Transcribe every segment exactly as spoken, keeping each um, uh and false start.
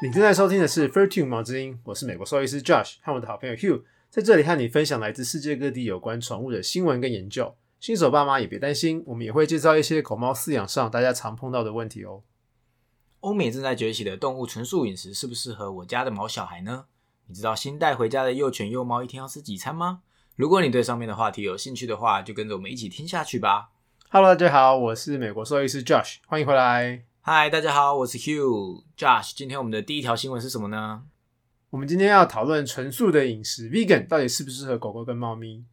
你正在收听的是 Furtune 毛之音，我是美国兽医师 Josh 和我的好朋友 Hugh， 在这里和你分享来自世界各地有关宠物的新闻跟研究。新手爸妈也别担心，我们也会介绍一些狗猫饲养上大家常碰到的问题哦。 欧美正在崛起的动物纯素饮食适不适合我家的毛小孩呢？你知道新带回家的幼犬幼猫一天要吃几餐吗？如果你对上面的话题有兴趣的话，就跟着我们一起听下去吧。 Hello， 大家好，我是美国兽医师 Josh， 欢迎回来。 嗨，大家好，我是 Hugh。Josh， 今天我们的第一条新闻是什么呢？ 我们今天要讨论纯素的饮食 Vegan 到底适不适合狗狗跟猫咪。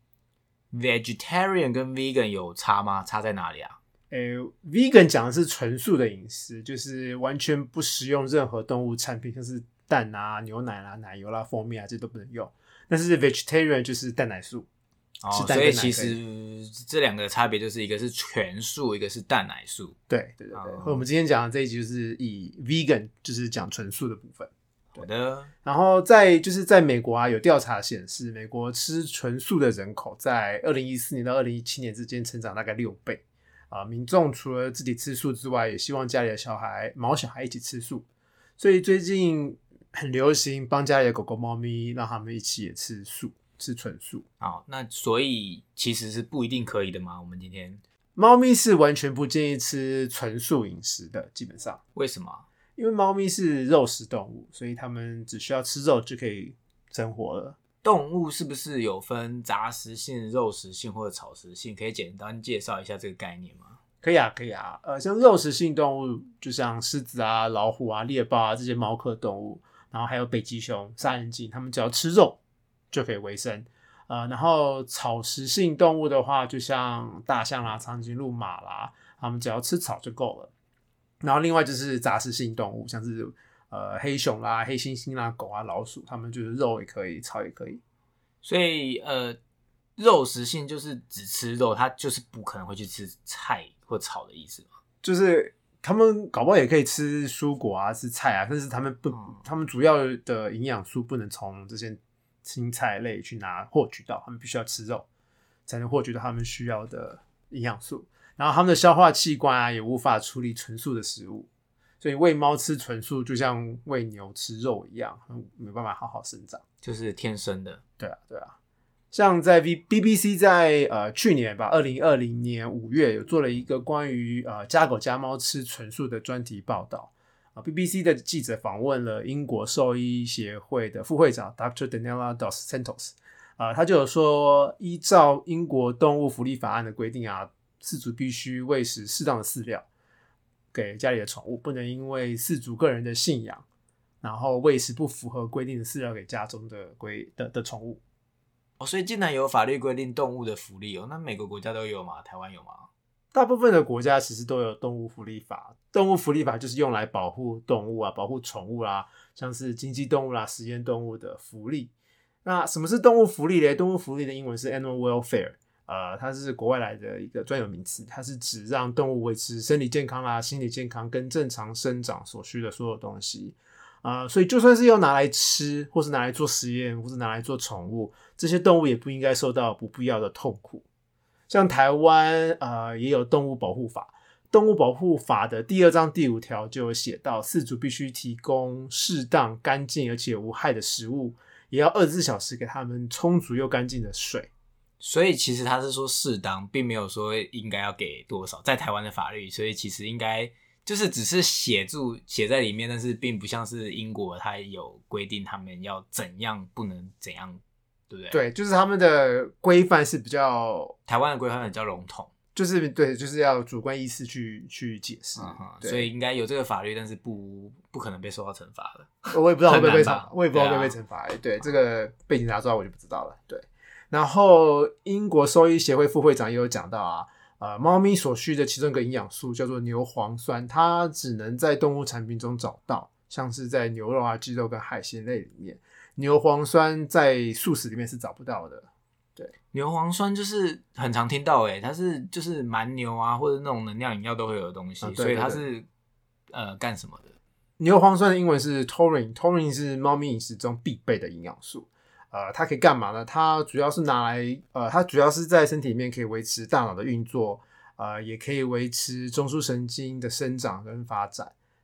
Vegetarian 跟 Vegan 有差吗？差在哪里啊？ 诶 Vegan 讲的是纯素的饮食，就是完全不食用任何动物产品，像是蛋啊、牛奶啦、奶油啦、蜂蜜啊，这些都不能用。但是 Vegetarian 就是蛋奶素。 哦，所以其实这两个差别就是一个是全素，一个是蛋奶素。 对对对对，哦、我们今天讲的这一集就是以 vegan 就是讲纯素的部分。 好的。 然后在就是在美国啊，有调查显示，美国吃纯素的人口在二零一四年到二零一七年之间成长大概六倍啊。民众除了自己吃素之外，也希望家里的小孩毛小孩一起吃素，所以最近很流行帮家里的狗狗猫咪让他们一起也吃素。吃纯素。 好，那所以其实是不一定可以的吗？我们今天猫咪是完全不建议吃纯素饮食的，基本上。 为什么？ 因为猫咪是肉食动物，所以它们只需要吃肉就可以生活了。 动物是不是有分杂食性、肉食性或者草食性？可以简单介绍一下这个概念吗？ 可以啊，可以啊。呃，像肉食性动物，就像狮子啊、老虎啊、猎豹啊这些猫科动物，然后还有北极熊、杀人鲸，它们只要吃肉就可以维生。呃，然后草食性动物的话，就像大象啦、长颈鹿、马啦，它们只要吃草就够了。然后另外就是杂食性动物，像是呃黑熊啦、黑猩猩啦、狗啊、老鼠，它们就是肉也可以，草也可以。 所以呃，肉食性就是只吃肉，它就是不可能会去吃菜或草的意思嘛？ 就是他们搞不好也可以吃蔬果啊、吃菜啊，但是他们不，嗯、他们主要的营养素不能从这些青菜类去拿获取到，他们必须要吃肉才能获取到他们需要的营养素。然后他们的消化器官啊也无法处理纯素的食物，所以喂猫吃纯素就像喂牛吃肉一样，没办法好好生长， 就是天生的。 对啊，对啊。像在 B B C 在呃去年吧，二零二零年五月有做了一个关于呃家狗家猫吃纯素的专题报道。B B C 的记者访问了英国兽医协会的副会长 Doctor Daniela Dos Santos， 呃，他就有说，依照英国动物福利法案的规定啊，饲主必须喂食适当的饲料给家里的宠物，不能因为饲主个人的信仰，然后喂食不符合规定的饲料给家中的规的的宠物。 哦，所以竟然有法律规定动物的福利哦，那每个国家都有吗？台湾有吗？ 大部分的国家其实都有动物福利法，动物福利法就是用来保护动物啊，保护宠物啦、啊，像是经济动物啦、啊、实验动物的福利。那什么是动物福利呢？动物福利的英文是 animal welfare， 呃，它是国外来的一个专有名词，它是指让动物维持生理健康啦、心理健康跟正常生长所需的所有东西。呃，所以就算是要拿来吃，或是拿来做实验，或是拿来做宠物，这些动物也不应该受到不必要的痛苦。像台湾呃也有动物保护法，动物保护法的第二章第五条就有写到，饲主必须提供适当、干净而且无害的食物，也要二十四小时给他们充足又干净的水。 所以其实他是说适当，并没有说应该要给多少，在台湾的法律，所以其实应该就是只是写住写在里面，但是并不像是英国它有规定他们要怎样不能怎样，对不对？ 对，就是他们的规范是比较， 台湾的规范比较笼统， 就是对，就是要主观意识去去解释、 嗯，所以应该有这个法律，但是不不可能被受到惩罚的。 我也不知道会不会被惩罚，我也不知道会不会被惩罚。对,、啊、对，这个被警察抓我就不知道了。对，然后英国兽医协会副会长也有讲到啊，呃，猫咪所需的其中一个营养素叫做牛磺酸，它只能在动物产品中找到，像是在牛肉啊、鸡肉跟海鲜类里面。牛磺酸在素食里面是找不到的。对， 牛磺酸就是很常听到诶，它是就是蛮牛啊或者那种能量饮料都会有的东西，啊、对对对，所以它是呃干什么的？ 牛磺酸的英文是 taurine， taurine 是猫咪饮食中必备的营养素。呃，它可以干嘛呢？它主要是拿来呃，它主要是在身体里面可以维持大脑的运作，呃，也可以维持中枢神经的生长跟发展。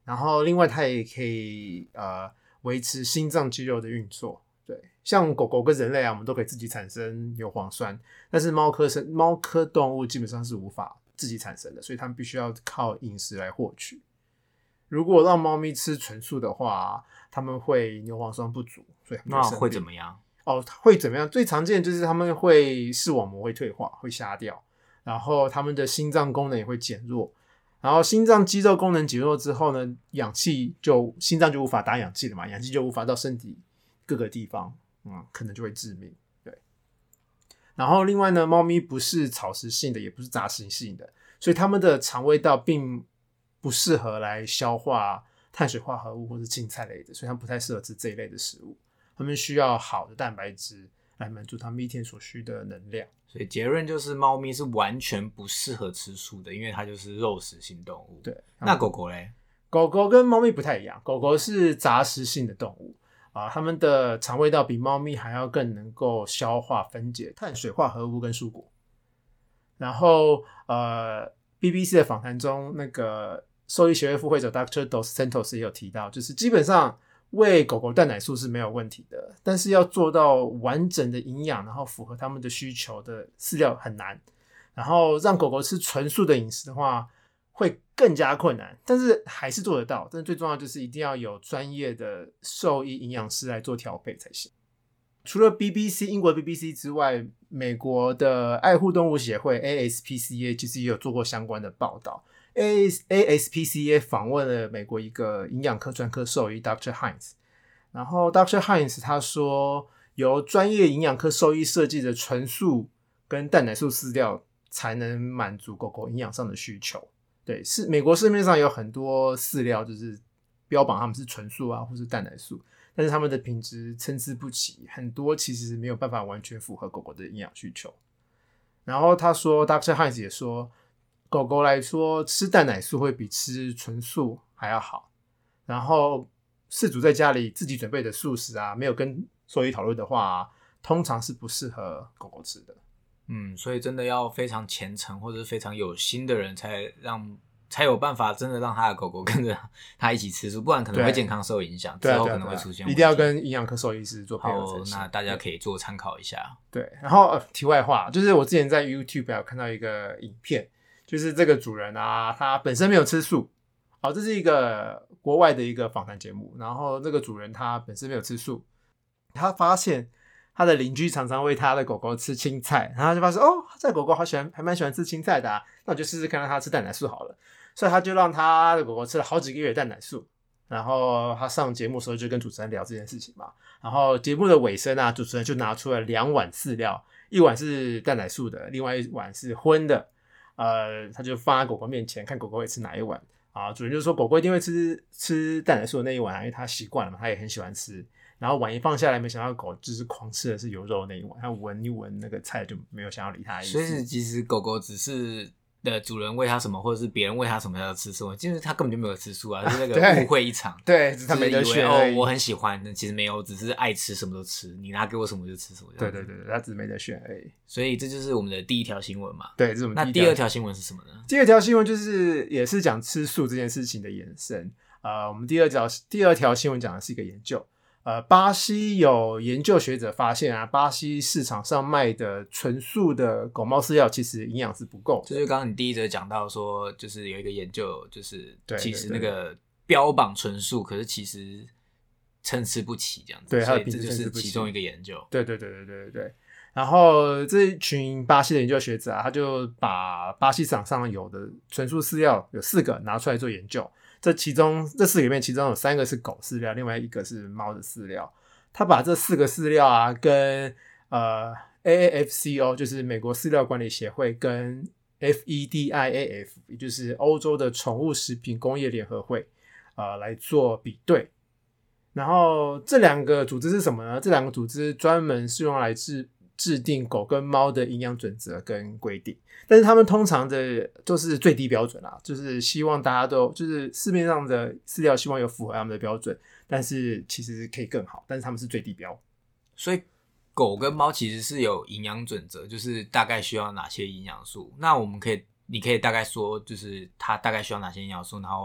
然后另外它也可以呃维持心脏肌肉的运作。对，像狗狗跟人类啊，我们都可以自己产生牛磺酸，但是猫科生猫科动物基本上是无法自己产生的，所以它们必须要靠饮食来获取。如果让猫咪吃纯素的话，它们会牛磺酸不足，所以那会怎么样？ 哦，会怎么样？最常见就是它们会视网膜会退化，会瞎掉，然后它们的心脏功能也会减弱。然后心脏肌肉功能减弱之后呢，氧气就心脏就无法打氧气了嘛，氧气就无法到身体各个地方，嗯，可能就会致命。对。然后另外呢，猫咪不是草食性的，也不是杂食性的，所以它们的肠胃道并不适合来消化碳水化合物或是青菜类的，所以它们不太适合吃这一类的食物。它们需要好的蛋白质来满足它们一天所需的能量。 所以结论就是，猫咪是完全不适合吃素的，因为它就是肉食性动物。 对， 那狗狗嘞？ 狗狗跟猫咪不太一样，狗狗是杂食性的动物啊，它们的肠胃道比猫咪还要更能够消化分解碳水化合物跟蔬果。然后呃 ，B B C 的访谈中，那个兽医协会副会长 Doctor Dos Santos 也有提到，就是基本上喂狗狗蛋奶素是没有问题的，但是要做到完整的营养，然后符合它们的需求的饲料很难。然后让狗狗吃纯素的饮食的话，会更加困难，但是还是做得到。但是最重要就是一定要有专业的兽医营养师来做调配才行。除了 B B C 英国的 B B C 之外，美国的爱护动物协会 A S P C A 其实也有做过相关的报道。A S P C A 访问了美国一个营养科专科兽医 Doctor Heinz， 然后 Doctor Heinz 他说，由专业营养科兽医设计的纯素跟蛋奶素饲料才能满足狗狗营养上的需求。对，是美国市面上有很多饲料就是标榜他们是纯素啊，或是蛋奶素，但是他们的品质参差不齐，很多其实没有办法完全符合狗狗的营养需求。然后他说 Doctor Heinz 也说，狗狗来说吃蛋奶素会比吃纯素还要好。然后饲主在家里自己准备的素食啊，没有跟兽医讨论的话、啊、通常是不适合狗狗吃的。 嗯，所以真的要非常虔诚或者是非常有心的人才让才有办法真的让他的狗狗跟着他一起吃素，不然可能会健康受影响，之后可能会出现问题。 一定要跟营养科兽医师做配合才行。 好，那大家可以做参考一下。 对，然后、呃、题外话，就是我之前在 YouTube 有看到一个影片，就是这个主人啊，他本身没有吃素。好，这是一个国外的一个访谈节目，然后这个主人他本身没有吃素，他发现他的邻居常常喂他的狗狗吃青菜，然后他就发现哦，这个狗狗好喜欢，还蛮喜欢吃青菜的啊，那我就试试看让他吃蛋奶素好了。所以他就让他的狗狗吃了好几个月的蛋奶素，然后他上节目的时候就跟主持人聊这件事情嘛。然后节目的尾声啊，主持人就拿出了两碗饲料，一碗是蛋奶素的，另外一碗是荤的。呃，他就放在狗狗面前，看狗狗会吃哪一碗啊。主人就说狗狗一定会吃吃蛋奶素的那一碗啊，因为他习惯了嘛，他也很喜欢吃。然后碗一放下来，没想到狗就是狂吃的是有肉的那一碗，他闻一闻那个菜就没有想要理他的意思。 所以其实狗狗只是的主人喂它什么，或者是别人喂它什么，它要吃什么，其实它根本就没有吃素啊，是那个误会一场。 对，只是他没得选而已。 哦，我很喜欢，但其实没有，只是爱吃什么都吃，你拿给我什么就吃什么。 对对对对，他只是没得选而已。 所以这就是我们的第一条新闻嘛。 对，这是我们那第二条新闻是什么呢？ 第二条新闻就是也是讲吃素这件事情的延伸。呃，我们第二条第二条新闻讲的是一个研究。呃，巴西有研究学者发现啊，巴西市场上卖的纯素的狗猫饲料其实营养是不够的。 就是刚刚你第一则讲到说，就是有一个研究，就是其实那对对对个标榜纯素，可是其实参差不齐这样子。 对，它的所以这就品质参差不齐是其中一个研究。 对对对对对对对。然后这一群巴西的研究学者啊，他就把巴西市场上有的纯素饲料有四个拿出来做研究。这其中这四个里面，其中有三个是狗饲料，另外一个是猫的饲料。他把这四个饲料啊，跟呃 A A F C O 就是美国饲料管理协会，跟 F E D I A F 也就是欧洲的宠物食品工业联合会呃来做比对。然后这两个组织是什么呢？这两个组织专门是用来制制定狗跟猫的营养准则跟规定，但是他们通常的就是最低标准啦，就是希望大家都就是市面上的饲料希望有符合他们的标准，但是其实可以更好，但是他们是最低标。 所以狗跟猫其实是有营养准则，就是大概需要哪些营养素。那我们可以，你可以大概说，就是它大概需要哪些营养素，然后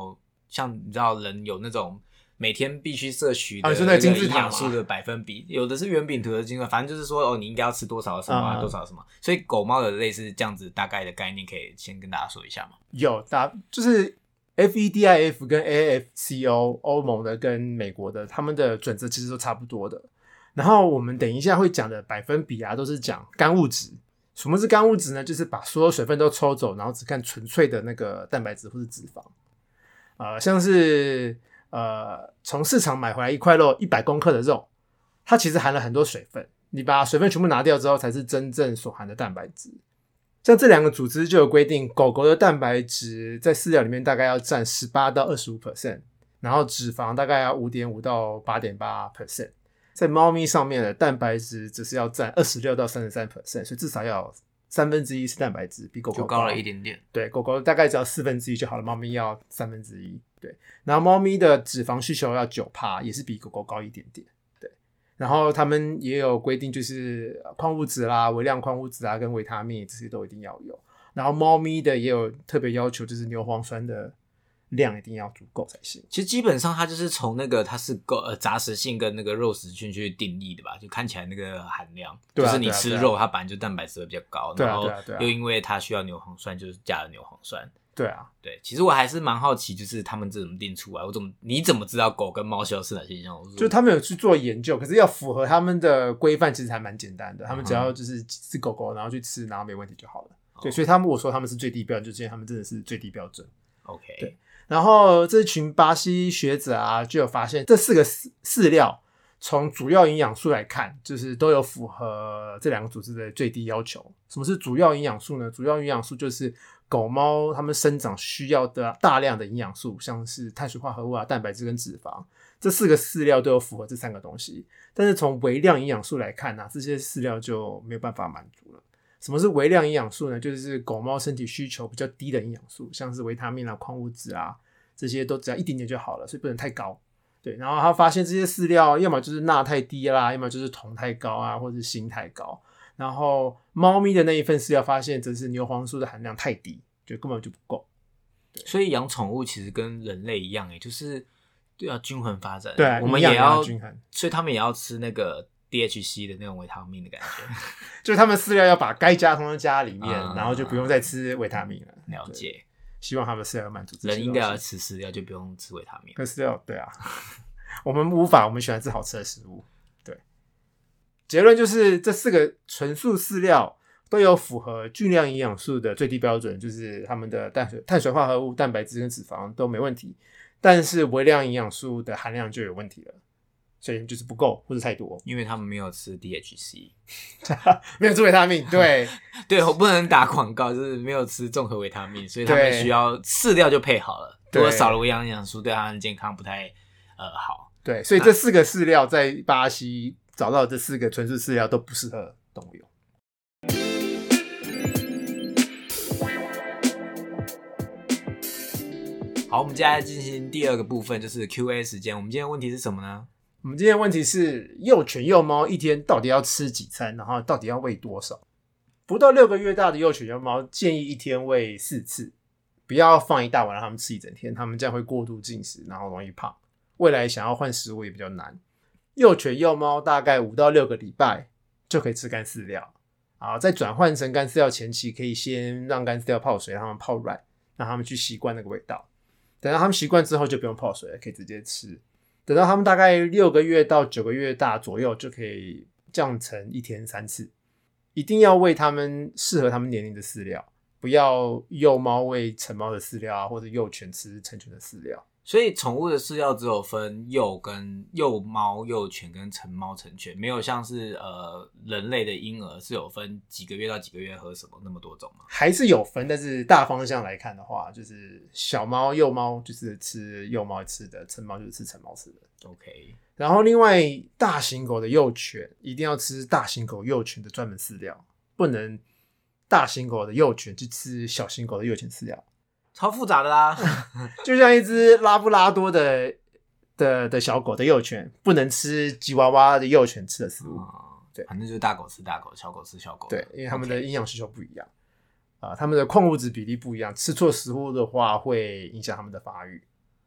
像你知道人有那种每天必须摄取的啊，你说那个金字塔营养素的百分比，有的是圆饼图的金字塔，反正就是说哦，你应该要吃多少什么、啊嗯、多少什么，所以狗猫的类似这样子大概的概念，可以先跟大家说一下吗？ 有，大就是 F E D I F 跟 A F C O 欧盟的跟美国的，他们的准则其实都差不多的。然后我们等一下会讲的百分比啊，都是讲干物质。什么是干物质呢？就是把所有水分都抽走，然后只看纯粹的那个蛋白质或是脂肪。呃，像是呃从市场买回来一块肉，一百公克的肉，它其实含了很多水分。你把水分全部拿掉之后，才是真正所含的蛋白质。像这两个组织就有规定，狗狗的蛋白质在饲料里面大概要占 百分之十八到百分之二十五， 然后脂肪大概要 五点五到八点八 percent。在猫咪上面的蛋白质只是要占二十六到三十三 percent， 所以至少要有三分之一是蛋白质，比狗狗 高, 就高了一点点。 对，狗狗大概只要四分之一就好了，猫咪要三分之一。对，然后猫咪的脂肪需求要 百分之九， 也是比狗狗高一点点。对，然后他们也有规定，就是矿物质啦、微量矿物质啊跟维他命这些都一定要有。然后猫咪的也有特别要求，就是牛磺酸的量一定要足够才行。 其实基本上它就是从那个它是够呃杂食性跟那个肉食性去定义的吧，就看起来那个含量， 对啊、 就是你吃肉、 啊啊、 它本来就蛋白质会比较高， 对啊、 然后又因为它需要牛磺酸，就是加了牛磺酸。 对啊， 对，其实我还是蛮好奇，就是他们这怎么定出来？我怎么你怎么知道狗跟猫需要吃哪些营养素？ 就他们有去做研究，可是要符合他们的规范，其实还蛮简单的。他们只要就是吃狗狗，然后去吃，然后没问题就好了。嗯、对，所以他们我说他们是最低标准，就是因为他们真的是最低标准。 OK， 对。然后这群巴西学者啊，就有发现这四个饲料从主要营养素来看，就是都有符合这两个组织的最低要求。什么是主要营养素呢？主要营养素就是狗猫它们生长需要的大量的营养素，像是碳水化合物啊、蛋白质跟脂肪，这四个饲料都有符合这三个东西。但是从微量营养素来看啊，这些饲料就没有办法满足了。什么是微量营养素呢？就是狗猫身体需求比较低的营养素，像是维他命啊、矿物质啊，这些都只要一点点就好了，所以不能太高。对，然后他发现这些饲料要么就是钠太低啦，要么就是酮太高啊，或者是锌太高。然后猫咪的那一份饲料发现则是牛磺素的含量太低，就根本就不够。 所以养宠物其实跟人类一样，欸，就是要均衡发展。 对， 我们也要均衡， 所以他们也要吃那个D H C 的那种维他命的感觉， 就是他们饲料要把该加通通加里面， 嗯， 然后就不用再吃维他命了。 了解， 希望他们饲料满足这些东西。 人应该要吃饲料，就不用吃维他命。 可饲料，对啊，我们无法，我们喜欢吃好吃的食物。对，结论就是这四个纯素饲料都有符合巨量营养素的最低标准，就是他们的碳水、碳水化合物、蛋白质跟脂肪都没问题，但是微量营养素的含量就有问题了。所以就是不够或者太多， 因为他们没有吃 D H C， 没有吃维他命。对对，我不能打广告，就是没有吃综合维他命，所以他们需要饲料就配好了，如果少了微量营养素，对他们健康不太呃好。 对，所以这四个饲料在巴西找到的这四个纯素饲料都不适合动物用。 好，我们接下来进行第二个部分，就是 Q A 时间。我们今天的问题是什么呢？ 我们今天的问题是幼犬幼猫一天到底要吃几餐，然后到底要喂多少？不到六个月大的幼犬幼猫建议一天喂四次，不要放一大碗让他们吃一整天，他们这样会过度进食，然后容易胖。未来想要换食物也比较难。幼犬幼猫大概五到六个礼拜就可以吃干饲料，啊，在转换成干饲料前期，可以先让干饲料泡水，让他们泡软，让他们去习惯那个味道。等到他们习惯之后就不用泡水了，可以直接吃。等到他们大概六个月到九个月大左右，就可以降成一天三次。一定要喂他们适合他们年龄的饲料，不要幼猫喂成猫的饲料啊，或者幼犬吃成犬的饲料。 所以宠物的饲料只有分幼跟幼猫、幼犬跟成猫、成犬，没有像是呃人类的婴儿是有分几个月到几个月喝什么那么多种吗？ 还是有分，但是大方向来看的话，就是小猫、幼猫就是吃幼猫吃的，成猫就是吃成猫吃的。 OK。 然后另外大型狗的幼犬一定要吃大型狗幼犬的专门饲料，不能大型狗的幼犬去吃小型狗的幼犬饲料。 超复杂的啦， 就像一只拉布拉多的的的小狗的幼犬，不能吃吉娃娃的幼犬吃的食物。 嗯、对，反正就是大狗吃大狗，小狗吃小狗。 对，因为他们的营养需求不一样啊，他们的矿物质比例不一样，吃错食物的话会影响他们的发育。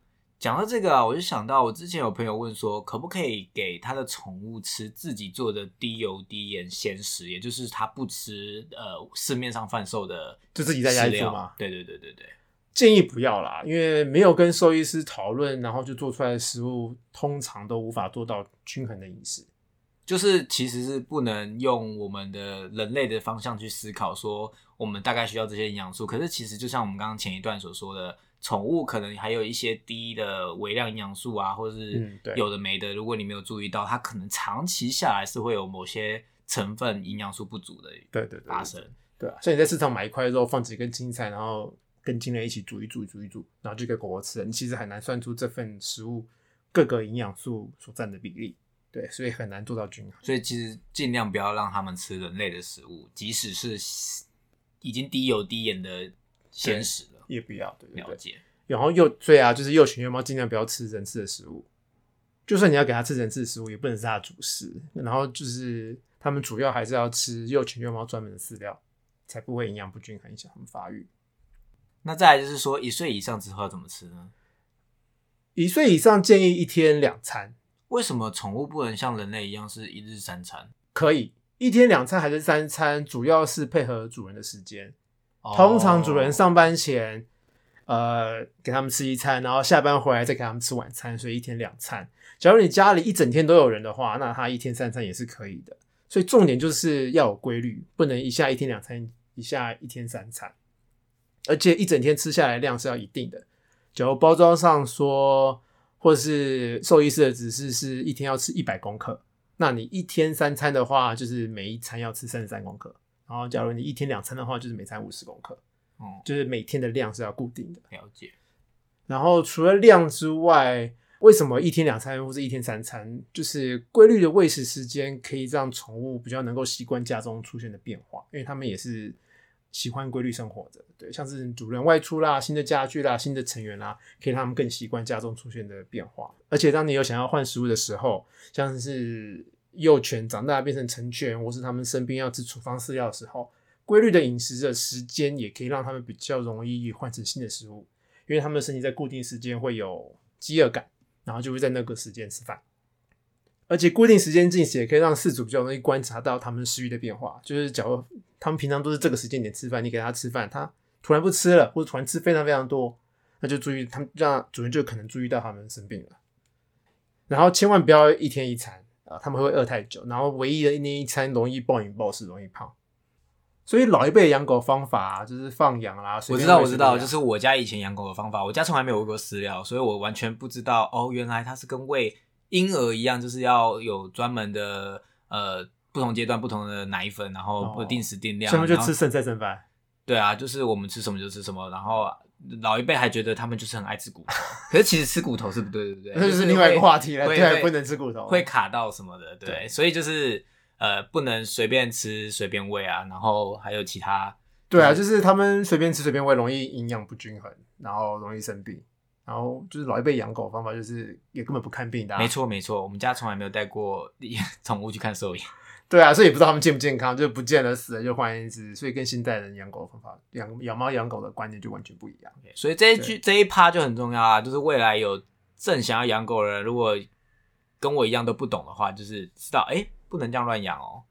讲到这个啊，我就想到我之前有朋友问说，可不可以给他的宠物吃自己做的低油低盐鲜食，也就是他不吃呃市面上贩售的， 就自己在家里做吗？ 对对对对对， 建议不要啦，因为没有跟兽医师讨论，然后就做出来的食物，通常都无法做到均衡的饮食。 就是其实是不能用我们的人类的方向去思考，说我们大概需要这些营养素。可是其实就像我们刚刚前一段所说的，宠物可能还有一些低的微量营养素啊，或者是有的没的，如果你没有注意到，它可能长期下来是会有某些成分营养素不足的发生。 对对对对对啊，像你在市场买一块肉，放几根青菜，然后跟精类一起煮一煮煮一煮，然后就给狗狗吃了，你其实很难算出这份食物各个营养素所占的比例。对，所以很难做到均衡。 所以其实尽量不要让他们吃人类的食物，即使是已经低油低盐的鲜食了， 也不要。对对对， 了解。 然后幼对啊，就是幼犬幼猫尽量不要吃人吃的食物，就算你要给它吃人吃的食物，也不能是它的主食。然后就是他们主要还是要吃幼犬幼猫专门的饲料，才不会营养不均衡，影响它们发育。 那再来就是说，一岁以上之后要怎么吃呢？ 一岁以上建议一天两餐。 为什么宠物不能像人类一样是一日三餐？ 可以一天两餐还是三餐，主要是配合主人的时间。哦、通常主人上班前，呃，给他们吃一餐，然后下班回来再给他们吃晚餐，所以一天两餐。假如你家里一整天都有人的话，那他一天三餐也是可以的。所以重点就是要有规律，不能一下一天两餐，一下一天三餐，而且一整天吃下来的量是要一定的。假如包装上说，或是兽医师的指示是一天要吃一百公克，那你一天三餐的话，就是每一餐要吃三十三公克。然后假如你一天两餐的话，就是每餐五十公克。嗯，就是每天的量是要固定的。 了解。 然后除了量之外，为什么一天两餐或是一天三餐？就是规律的喂食时间可以让宠物比较能够习惯家中出现的变化，因为他们也是喜欢规律生活的。对，像是主人外出啦、新的家具啦、新的成员啦，可以让他们更习惯家中出现的变化。而且当你有想要换食物的时候，像是幼犬长大变成成犬，或是他们生病要吃处方饲料的时候，规律的饮食的时间也可以让他们比较容易换成新的食物，因为他们的身体在固定时间会有饥饿感，然后就会在那个时间吃饭。而且固定时间进食也可以让饲主比较容易观察到他们食欲的变化，就是假如他们平常都是这个时间点吃饭，你给他吃饭，他突然不吃了，或者突然吃非常非常多，那就注意他们，让主人就可能注意到他们生病了。然后千万不要一天一餐啊，他们会饿太久，然后唯一的一天一餐容易暴饮暴食，容易胖。所以老一辈的养狗方法、啊、就是放养啦， 我知道我知道，就是我家以前养狗的方法，我家从来没有喂过饲料，所以我完全不知道哦，原来它是跟喂婴儿一样，就是要有专门的呃不同阶段不同的奶粉，然后不定时定量， 所以他们就吃剩菜剩饭。 对啊，就是我们吃什么就吃什么，然后老一辈还觉得他们就是很爱吃骨头，可是其实吃骨头是不对，对不对？ 那就是另外一个话题了，对，不能吃骨头， 会卡到什么的， 对, 对，所以就是呃不能随便吃随便喂啊，然后还有其他， 对啊，就是他们随便吃随便喂，容易营养不均衡，然后容易生病。然后就是老一辈养狗的方法就是也根本不看病的、啊， 没错没错，我们家从来没有带过宠物去看兽医。 对啊，所以也不知道他们健不健康，就不见了死了就换一只，所以跟现代人养狗的方法、养养猫养狗的观念就完全不一样。 Okay, 所以这一句这一趴就很重要啊，就是未来有正想要养狗的人，如果跟我一样都不懂的话，就是知道哎，不能这样乱养哦。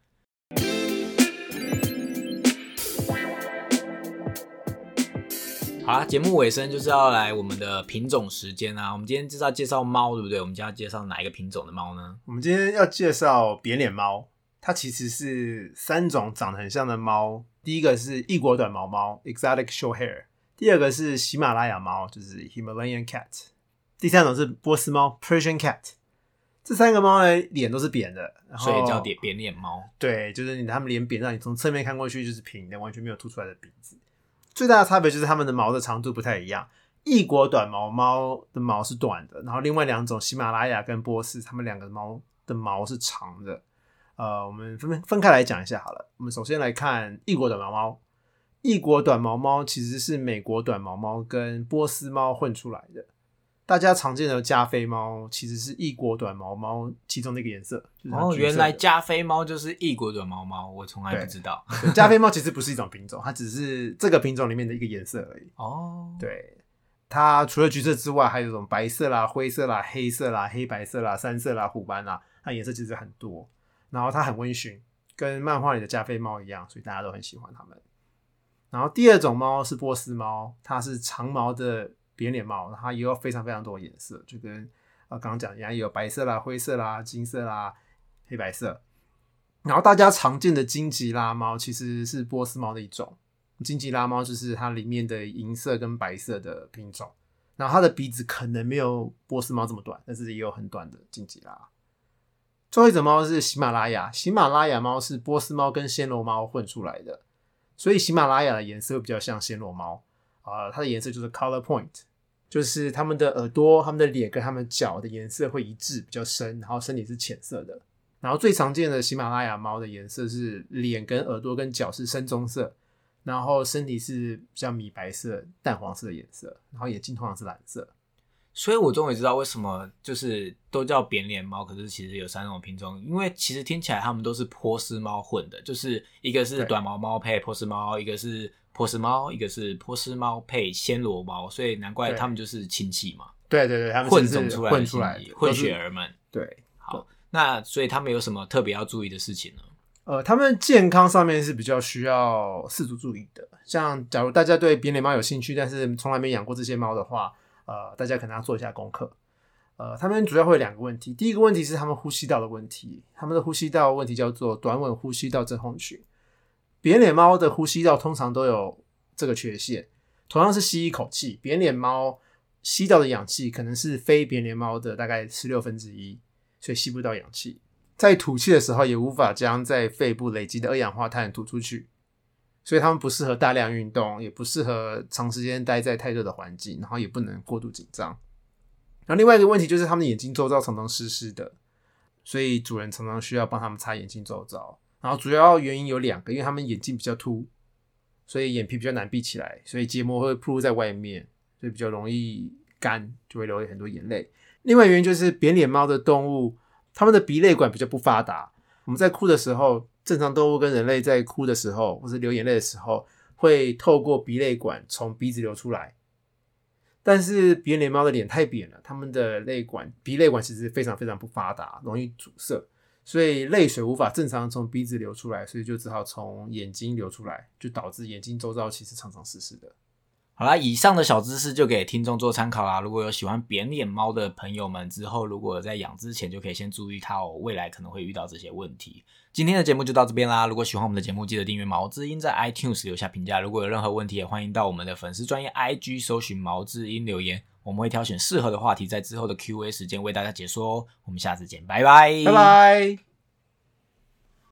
好啦，节目尾声就是要来我们的品种时间啊。我们今天就是要介绍猫，对不对？我们今天要介绍哪一个品种的猫呢？ 我们今天要介绍扁脸猫，它其实是三种长得很像的猫。第一个是异国短毛猫 （Exotic Shorthair）， 第二个是喜马拉雅猫，就是 Himalayan Cat， 第三种是波斯猫 （Persian Cat）。这三个猫呢，脸都是扁的，然后所以叫扁脸猫。对， 就是你它们脸扁，让你从侧面看过去就是平的，完全没有凸出来的鼻子。最大的差别就是它们的毛的长度不太一样，异国短毛猫的毛是短的，然后另外两种喜马拉雅跟波斯，它们两个猫的毛是长的。呃，我们分分开来讲一下好了。我们首先来看异国短毛猫。异国短毛猫其实是美国短毛猫跟波斯猫混出来的。大家常见的加菲猫其实是异国短毛猫其中的一个颜色。就是、 哦，原来加菲猫就是异国短毛猫，我从来不知道。 加菲猫其实不是一种品种，它只是这个品种里面的一个颜色而已。 哦， 对， 它除了橘色之外，还有种白色啦、灰色啦、黑色啦、黑白色啦、三色啦、虎斑啦，它颜色其实很多。然后它很温驯，跟漫画里的加菲猫一样，所以大家都很喜欢它们。然后第二种猫是波斯猫，它是长毛的扁脸猫，它也有非常非常多的颜色，就跟呃刚刚讲一样，也有白色啦、灰色啦、金色啦、黑白色。然后大家常见的金吉拉猫其实是波斯猫的一种，金吉拉猫就是它里面的银色跟白色的品种。然后它的鼻子可能没有波斯猫这么短，但是也有很短的金吉拉。最后一种猫是喜马拉雅，喜马拉雅猫是波斯猫跟暹罗猫混出来的，所以喜马拉雅的颜色会比较像暹罗猫，呃，它的颜色就是 color point， 就是它们的耳朵、它们的脸跟它们脚的颜色会一致，比较深，然后身体是浅色的。然后最常见的喜马拉雅猫的颜色是脸跟耳朵跟脚是深棕色，然后身体是比较米白色、淡黄色的颜色，然后眼睛通常是蓝色。 所以我终于知道为什么就是都叫扁脸猫，可是其实有三种品种，因为其实听起来它们都是波斯猫混的，就是一个是短毛猫配波斯猫，一个是波斯猫，一个是波斯猫配暹罗猫，所以难怪他们就是亲戚嘛。 对对对，他们混种出来的混出来的混血儿们。 对， 好，那所以他们有什么特别要注意的事情呢？ 呃，他们健康上面是比较需要适度注意的。像假如大家对扁脸猫有兴趣，但是从来没养过这些猫的话，呃，大家可能要做一下功课。呃，他们主要会有两个问题。第一个问题是他们呼吸道的问题，他们的呼吸道问题叫做短吻呼吸道症候群。扁脸猫的呼吸道通常都有这个缺陷，同样是吸一口气，扁脸猫吸到的氧气可能是非扁脸猫的大概十六分之一，所以吸不到氧气。在吐气的时候也无法将在肺部累积的二氧化碳吐出去，所以他们不适合大量运动，也不适合长时间待在太热的环境，然后也不能过度紧张。然后另外一个问题就是他们的眼睛周遭常常湿湿的，所以主人常常需要帮他们擦眼睛周遭。然后主要原因有两个，因为他们眼睛比较凸，所以眼皮比较难闭起来，所以结膜会暴露在外面，所以比较容易干，就会流很多眼泪。另外原因就是扁脸猫的动物，它们的鼻泪管比较不发达。我们在哭的时候，正常动物跟人类在哭的时候或是流眼泪的时候，会透过鼻泪管从鼻子流出来。但是扁脸猫的脸太扁了，它们的泪管鼻泪管其实非常非常不发达，容易阻塞，所以泪水无法正常从鼻子流出来，所以就只好从眼睛流出来，就导致眼睛周遭其实常常湿湿的。 好啦，以上的小知识就给听众做参考啦。如果有喜欢扁脸猫的朋友们，之后如果在养之前就可以先注意它哦，未来可能会遇到这些问题。今天的节目就到这边啦，如果喜欢我们的节目，记得订阅毛知音，在 iTunes 留下评价。如果有任何问题，也欢迎到我们的粉丝专页 I G 搜寻毛知音留言，我们会挑选适合的话题，在之后的 Q A 时间为大家解说哦。我们下次见，拜拜， 拜拜。